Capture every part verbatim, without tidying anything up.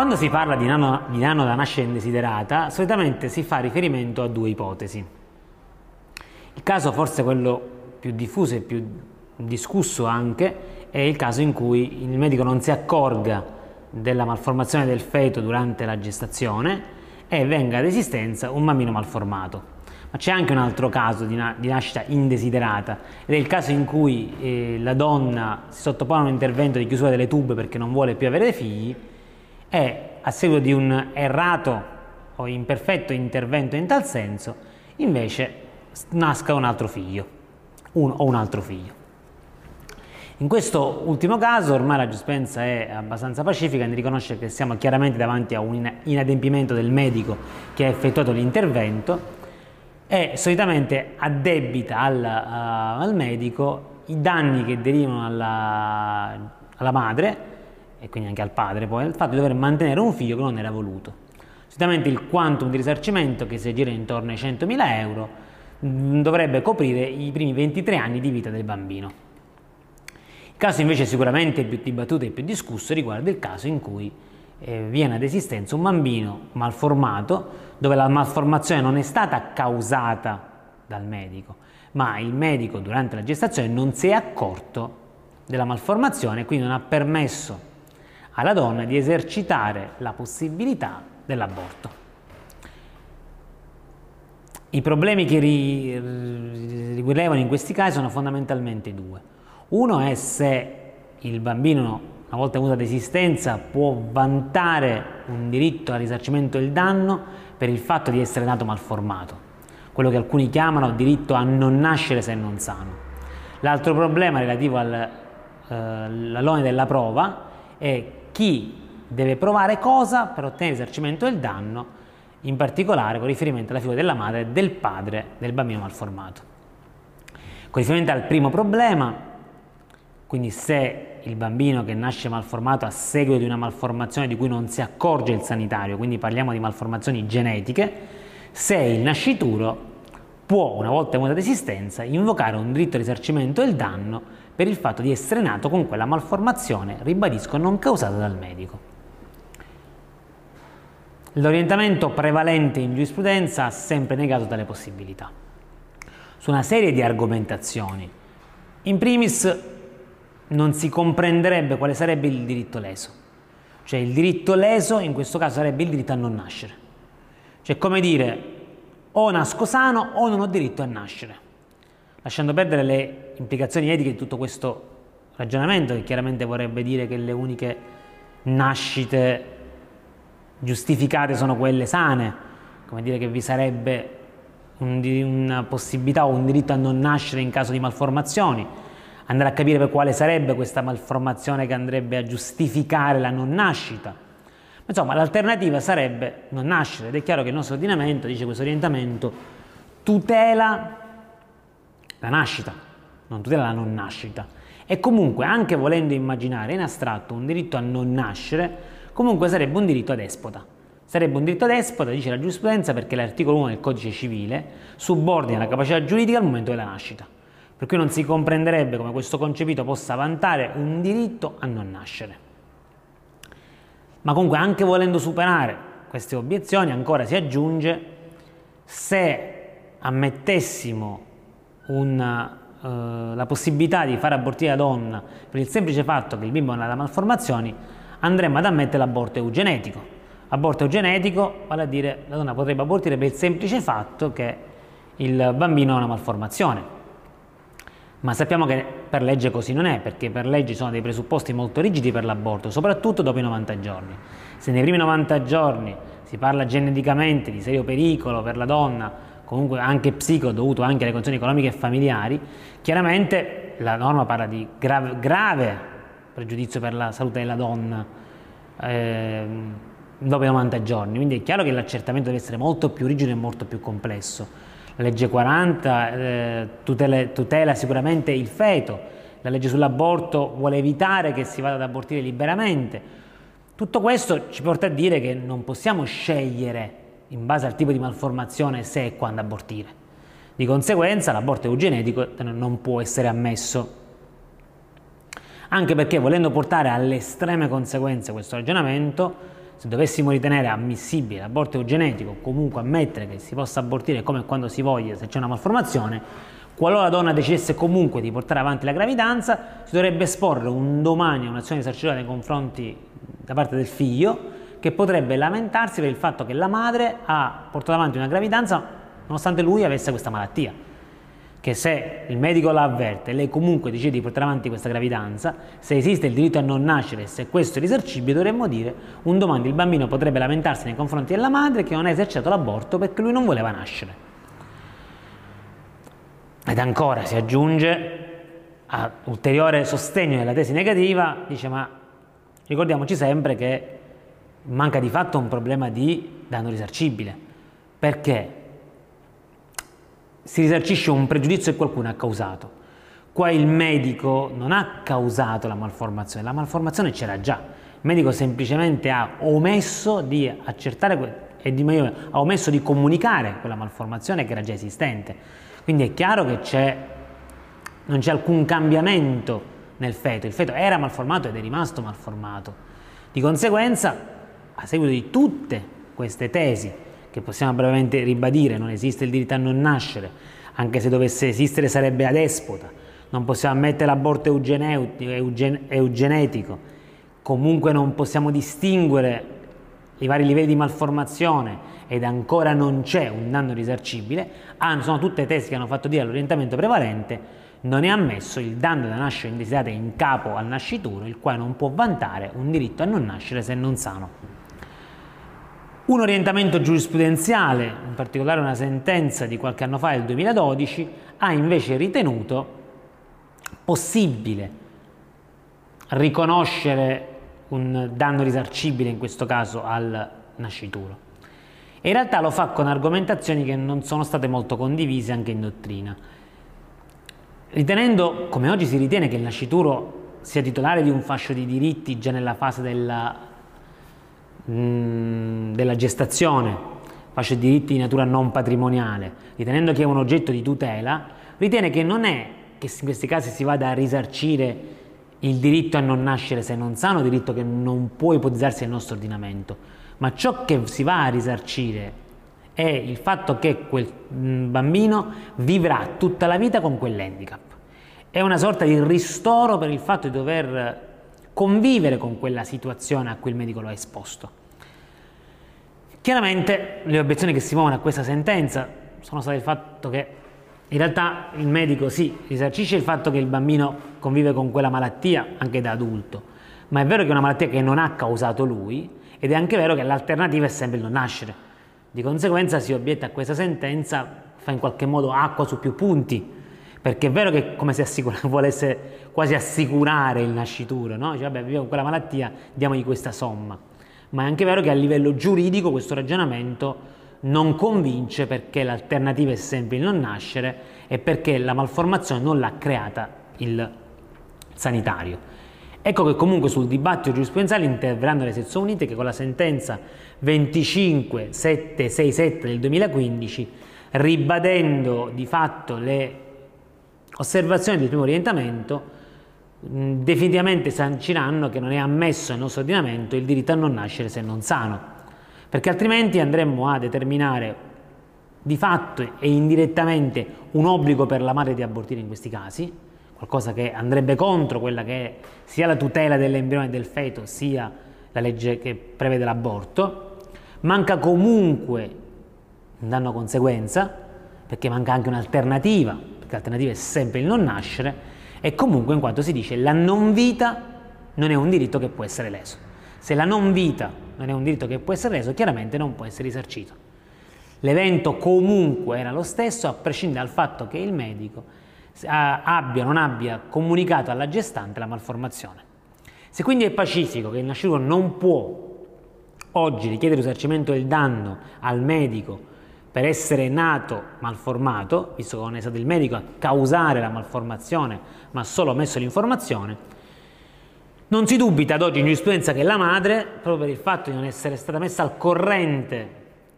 Quando si parla di nano, di nano da nascita indesiderata, solitamente si fa riferimento a due ipotesi. Il caso, forse quello più diffuso e più discusso anche, è il caso in cui il medico non si accorga della malformazione del feto durante la gestazione e venga ad esistenza un bambino malformato. Ma c'è anche un altro caso di, na di nascita indesiderata, ed è il caso in cui eh, la donna si sottopone a un intervento di chiusura delle tube perché non vuole più avere dei figli, e a seguito di un errato o imperfetto intervento in tal senso invece nasca un altro figlio, uno o un altro figlio. In questo ultimo caso ormai la giurisprudenza è abbastanza pacifica nel riconoscere che siamo chiaramente davanti a un inadempimento del medico che ha effettuato l'intervento e solitamente addebita al, uh, al medico i danni che derivano alla, alla madre e quindi anche al padre, poi il fatto di dover mantenere un figlio che non era voluto. Solitamente il quantum di risarcimento, che si aggira intorno ai centomila euro, dovrebbe coprire i primi ventitré anni di vita del bambino. Il caso invece sicuramente più dibattuto e più discusso riguarda il caso in cui eh, viene ad esistenza un bambino malformato, dove la malformazione non è stata causata dal medico, ma il medico durante la gestazione non si è accorto della malformazione e quindi non ha permesso alla donna di esercitare la possibilità dell'aborto. I problemi che ri rilevano in questi casi sono fondamentalmente due. Uno è se il bambino, una volta venuto ad esistenza, può vantare un diritto al risarcimento del danno per il fatto di essere nato malformato, quello che alcuni chiamano diritto a non nascere se non sano. L'altro problema relativo all'alone eh, della prova è chi deve provare cosa per ottenere il risarcimento del danno, in particolare con riferimento alla figura della madre e del padre del bambino malformato. Con riferimento al primo problema, quindi se il bambino che nasce malformato a seguito di una malformazione di cui non si accorge il sanitario, quindi parliamo di malformazioni genetiche, se il nascituro può, una volta venuto ad esistenza, invocare un diritto al risarcimento del danno per il fatto di essere nato con quella malformazione, ribadisco, non causata dal medico. L'orientamento prevalente in giurisprudenza ha sempre negato tale possibilità, su una serie di argomentazioni. In primis, non si comprenderebbe quale sarebbe il diritto leso. Cioè il diritto leso in questo caso sarebbe il diritto a non nascere. Cioè come dire, o nasco sano o non ho diritto a nascere. Lasciando perdere le implicazioni etiche di tutto questo ragionamento, che chiaramente vorrebbe dire che le uniche nascite giustificate sono quelle sane, come dire che vi sarebbe un, una possibilità o un diritto a non nascere in caso di malformazioni, andare a capire per quale sarebbe questa malformazione che andrebbe a giustificare la non nascita. Insomma, l'alternativa sarebbe non nascere, ed è chiaro che il nostro ordinamento, dice questo orientamento, tutela la nascita, non tutela la non nascita. E comunque, anche volendo immaginare in astratto un diritto a non nascere, comunque sarebbe un diritto adespota. Sarebbe un diritto adespota, dice la giurisprudenza, perché l'articolo uno del codice civile subordina la capacità giuridica al momento della nascita. Per cui non si comprenderebbe come questo concepito possa vantare un diritto a non nascere. Ma comunque, anche volendo superare queste obiezioni, ancora si aggiunge, se ammettessimo una, uh, la possibilità di far abortire la donna per il semplice fatto che il bimbo non ha malformazioni, andremmo ad ammettere l'aborto eugenetico. Aborto eugenetico, vale a dire la donna potrebbe abortire per il semplice fatto che il bambino ha una malformazione. Ma sappiamo che per legge così non è, perché per legge ci sono dei presupposti molto rigidi per l'aborto, soprattutto dopo i novanta giorni. Se nei primi novanta giorni si parla geneticamente di serio pericolo per la donna, comunque anche psico, dovuto anche alle condizioni economiche e familiari, chiaramente la norma parla di grave, grave pregiudizio per la salute della donna eh, dopo i novanta giorni, quindi è chiaro che l'accertamento deve essere molto più rigido e molto più complesso. La legge quaranta eh, tutela, tutela sicuramente il feto, la legge sull'aborto vuole evitare che si vada ad abortire liberamente. Tutto questo ci porta a dire che non possiamo scegliere in base al tipo di malformazione se e quando abortire. Di conseguenza l'aborto eugenetico non può essere ammesso. Anche perché, volendo portare alle estreme conseguenze questo ragionamento, se dovessimo ritenere ammissibile l'aborto eugenetico, comunque ammettere che si possa abortire come e quando si voglia se c'è una malformazione, qualora la donna decidesse comunque di portare avanti la gravidanza, si dovrebbe esporre un domani a un'azione risarcitoria nei confronti da parte del figlio, che potrebbe lamentarsi per il fatto che la madre ha portato avanti una gravidanza nonostante lui avesse questa malattia, che se il medico la avverte e lei comunque decide di portare avanti questa gravidanza, se esiste il diritto a non nascere e se questo è risarcibile, dovremmo dire un domani il bambino potrebbe lamentarsi nei confronti della madre che non ha esercitato l'aborto perché lui non voleva nascere. Ed ancora si aggiunge, a ulteriore sostegno della tesi negativa, dice ma ricordiamoci sempre che manca di fatto un problema di danno risarcibile, perché si risarcisce un pregiudizio che qualcuno ha causato. Qua il medico non ha causato la malformazione, la malformazione c'era già, il medico semplicemente ha omesso di accertare e di, ha omesso di comunicare quella malformazione che era già esistente. Quindi è chiaro che c'è, non c'è alcun cambiamento nel feto, il feto era malformato ed è rimasto malformato. Di conseguenza, a seguito di tutte queste tesi, che possiamo brevemente ribadire, non esiste il diritto a non nascere, anche se dovesse esistere sarebbe adespota, non possiamo ammettere l'aborto eugen eugenetico, comunque non possiamo distinguere i vari livelli di malformazione ed ancora non c'è un danno risarcibile, anzi sono tutte tesi che hanno fatto dire all'orientamento prevalente, non è ammesso il danno da nascere indesiderata in capo al nascituro, il quale non può vantare un diritto a non nascere se non sano. Un orientamento giurisprudenziale, in particolare una sentenza di qualche anno fa, del duemiladodici, ha invece ritenuto possibile riconoscere un danno risarcibile, in questo caso al nascituro. E in realtà lo fa con argomentazioni che non sono state molto condivise anche in dottrina, ritenendo, come oggi si ritiene, che il nascituro sia titolare di un fascio di diritti già nella fase della della gestazione, fascia di diritti di natura non patrimoniale, ritenendo che è un oggetto di tutela, ritiene che non è che in questi casi si vada a risarcire il diritto a non nascere se non sano, diritto che non può ipotizzarsi nel nostro ordinamento, ma ciò che si va a risarcire è il fatto che quel bambino vivrà tutta la vita con quell'handicap. È una sorta di ristoro per il fatto di dover convivere con quella situazione a cui il medico lo ha esposto. Chiaramente le obiezioni che si muovono a questa sentenza sono state il fatto che in realtà il medico sì, risarcisce il fatto che il bambino convive con quella malattia anche da adulto, ma è vero che è una malattia che non ha causato lui ed è anche vero che l'alternativa è sempre il non nascere. Di conseguenza si obietta a questa sentenza, fa in qualche modo acqua su più punti, perché è vero che come se assicura, volesse quasi assicurare il nascituro, no? Dice, vabbè, vive con quella malattia, diamogli questa somma. Ma è anche vero che a livello giuridico questo ragionamento non convince, perché l'alternativa è sempre il non nascere e perché la malformazione non l'ha creata il sanitario. Ecco che comunque sul dibattito giurisprudenziale interverranno le sezioni unite, che con la sentenza venticinque settecentosessantasette del duemilaquindici, ribadendo di fatto le osservazioni del primo orientamento, mh, definitivamente sanciranno che non è ammesso nel nostro ordinamento il diritto a non nascere se non sano, perché altrimenti andremmo a determinare di fatto e indirettamente un obbligo per la madre di abortire in questi casi, qualcosa che andrebbe contro quella che è sia la tutela dell'embrione e del feto sia la legge che prevede l'aborto. Manca comunque un danno conseguenza, perché manca anche un'alternativa, perché l'alternativa è sempre il non nascere, e comunque, in quanto si dice, la non vita non è un diritto che può essere leso. Se la non vita non è un diritto che può essere leso, chiaramente non può essere risarcito. L'evento comunque era lo stesso, a prescindere dal fatto che il medico abbia o non abbia comunicato alla gestante la malformazione. Se quindi è pacifico che il nascituro non può oggi richiedere risarcimento del danno al medico per essere nato malformato, visto che non è stato il medico a causare la malformazione, ma solo messo l'informazione, non si dubita ad oggi in giurisprudenza che la madre, proprio per il fatto di non essere stata messa al corrente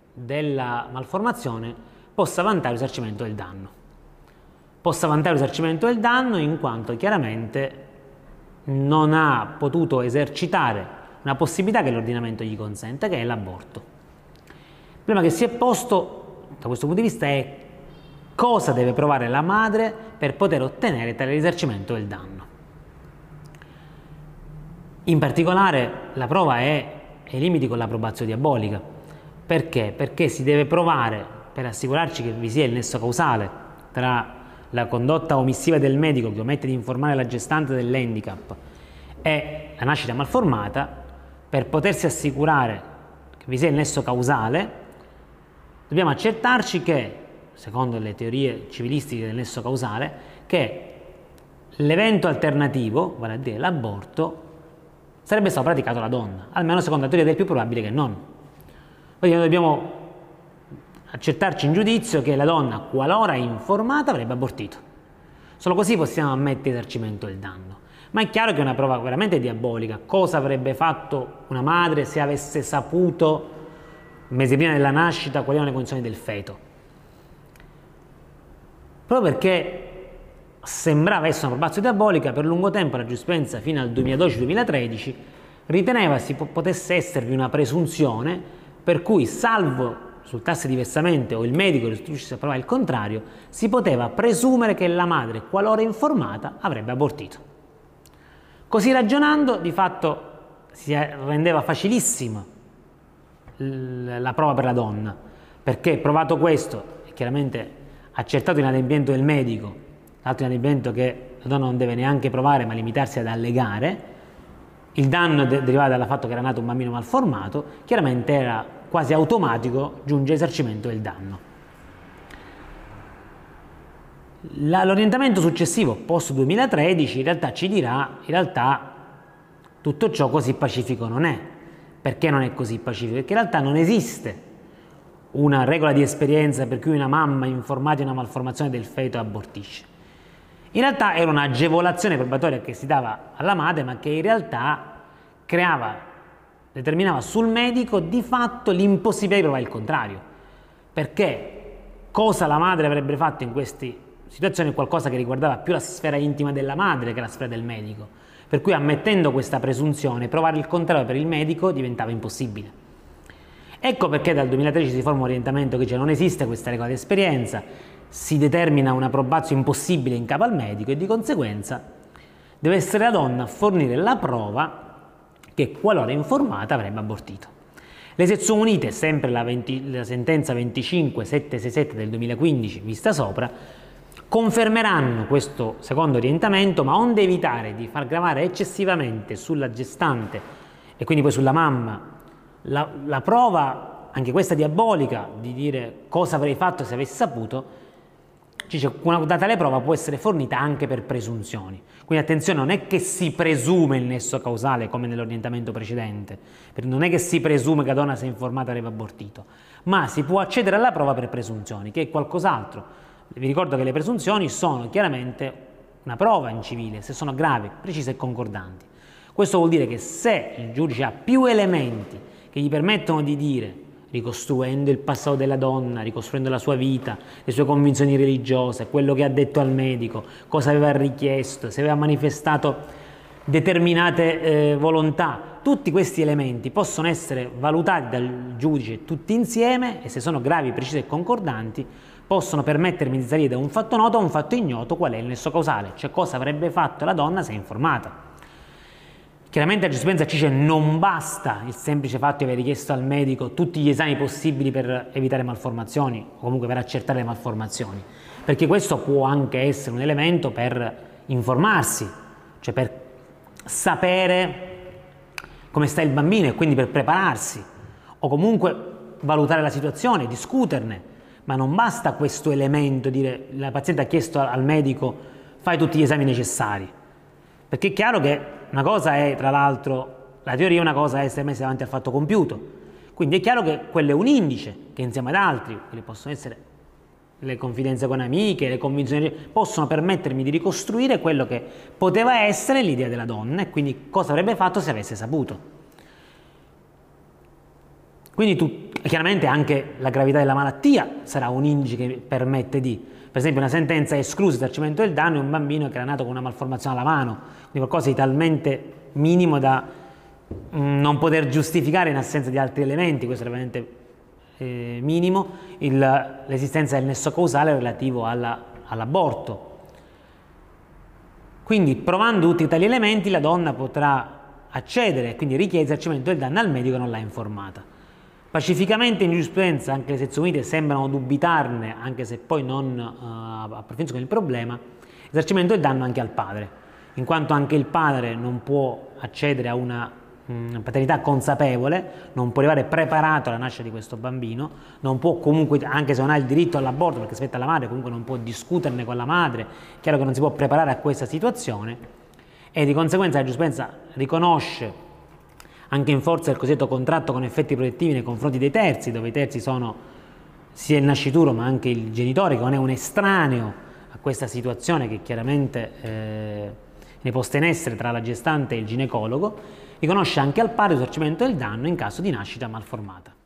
della malformazione, possa vantare il risarcimento del danno. Possa vantare il risarcimento del danno in quanto chiaramente non ha potuto esercitare una possibilità che l'ordinamento gli consente, che è l'aborto. Il problema che si è posto da questo punto di vista è cosa deve provare la madre per poter ottenere tale risarcimento del danno. In particolare la prova è ai limiti con la probatio diabolica. Perché? Perché si deve provare, per assicurarci che vi sia il nesso causale tra la condotta omissiva del medico che omette di informare la gestante dell'handicap e la nascita malformata, per potersi assicurare che vi sia il nesso causale, dobbiamo accertarci che, secondo le teorie civilistiche del nesso causale, che l'evento alternativo, vale a dire l'aborto, sarebbe stato praticato alla donna, almeno secondo la teoria del più probabile che non. Quindi dobbiamo accertarci in giudizio che la donna, qualora informata, avrebbe abortito. Solo così possiamo ammettere il risarcimento del danno. Ma è chiaro che è una prova veramente diabolica. Cosa avrebbe fatto una madre se avesse saputo, mesi prima della nascita, quali erano le condizioni del feto? Proprio perché sembrava essere una probazione diabolica, per lungo tempo la giurisprudenza, fino al duemiladodici duemilatredici, riteneva si potesse esservi una presunzione per cui, salvo risultasse diversamente o il medico riuscisse a provare il contrario, si poteva presumere che la madre, qualora informata, avrebbe abortito. Così ragionando, di fatto si rendeva facilissima la prova per la donna, perché provato questo, e chiaramente accertato l'inadempimento del medico, l'altro inadempimento che la donna non deve neanche provare ma limitarsi ad allegare, il danno de- derivava dal fatto che era nato un bambino malformato, chiaramente era quasi automatico giunge risarcimento del danno. La, l'orientamento successivo, post duemilatredici, in realtà ci dirà, in realtà tutto ciò così pacifico non è. Perché non è così pacifico? Perché in realtà non esiste una regola di esperienza per cui una mamma informata di una malformazione del feto abortisce. In realtà era un'agevolazione probatoria che si dava alla madre, ma che in realtà creava, determinava sul medico di fatto l'impossibilità di provare il contrario. Perché cosa la madre avrebbe fatto in queste situazioni è qualcosa che riguardava più la sfera intima della madre che la sfera del medico. Per cui, ammettendo questa presunzione, provare il contrario per il medico diventava impossibile. Ecco perché dal duemilatredici si forma un orientamento che dice non esiste questa regola di esperienza, si determina una probatio impossibile in capo al medico e di conseguenza deve essere la donna a fornire la prova che, qualora informata, avrebbe abortito. Le sezioni unite, sempre la, venti, la sentenza venticinque settecentosessantasette del duemilaquindici vista sopra, confermeranno questo secondo orientamento, ma onde evitare di far gravare eccessivamente sulla gestante e quindi poi sulla mamma la, la prova, anche questa diabolica, di dire cosa avrei fatto se avessi saputo, dice una tale prova può essere fornita anche per presunzioni. Quindi attenzione, non è che si presume il nesso causale come nell'orientamento precedente, non è che si presume che la donna, se informata, avrebbe abortito, ma si può accedere alla prova per presunzioni, che è qualcos'altro. Vi ricordo che le presunzioni sono chiaramente una prova in civile, se sono gravi, precise e concordanti. Questo vuol dire che se il giudice ha più elementi che gli permettono di dire, ricostruendo il passato della donna, ricostruendo la sua vita, le sue convinzioni religiose, quello che ha detto al medico, cosa aveva richiesto, se aveva manifestato determinate eh, volontà, tutti questi elementi possono essere valutati dal giudice tutti insieme e, se sono gravi, precisi e concordanti, possono permettermi di salire da un fatto noto a un fatto ignoto qual è il nesso causale, cioè cosa avrebbe fatto la donna se informata. Chiaramente la giurisprudenza ci dice non basta il semplice fatto di aver richiesto al medico tutti gli esami possibili per evitare malformazioni o comunque per accertare le malformazioni, perché questo può anche essere un elemento per informarsi, cioè per sapere come sta il bambino e quindi per prepararsi o comunque valutare la situazione, discuterne. Ma non basta questo elemento, dire la paziente ha chiesto al medico fai tutti gli esami necessari, perché è chiaro che una cosa è, tra l'altro, la teoria, una cosa è essere messi davanti al fatto compiuto, quindi è chiaro che quello è un indice che insieme ad altri, che possono essere le confidenze con amiche, le convinzioni, possono permettermi di ricostruire quello che poteva essere l'idea della donna e quindi cosa avrebbe fatto se avesse saputo. Quindi tu, chiaramente anche la gravità della malattia sarà un indice che permette di, per esempio una sentenza esclusa il risarcimento del danno è un bambino che era nato con una malformazione alla mano, quindi qualcosa di talmente minimo da non poter giustificare in assenza di altri elementi, questo è veramente eh, minimo, l'esistenza del nesso causale relativo alla, all'aborto. Quindi, provando tutti tali elementi, la donna potrà accedere e quindi richiede il risarcimento del danno al medico che non l'ha informata. Pacificamente in giurisprudenza anche le sezioni unite sembrano dubitarne, anche se poi non uh, approfondiscono il problema, il risarcimento del danno anche al padre, in quanto anche il padre non può accedere a una mh, paternità consapevole, non può arrivare preparato alla nascita di questo bambino, non può comunque, anche se non ha il diritto all'aborto perché spetta alla madre, comunque non può discuterne con la madre, chiaro che non si può preparare a questa situazione e di conseguenza la giurisprudenza riconosce, anche in forza del cosiddetto contratto con effetti protettivi nei confronti dei terzi, dove i terzi sono sia il nascituro ma anche il genitore, che non è un estraneo a questa situazione che chiaramente eh, ne posta in essere tra la gestante e il ginecologo, riconosce anche al padre il risarcimento del danno in caso di nascita malformata.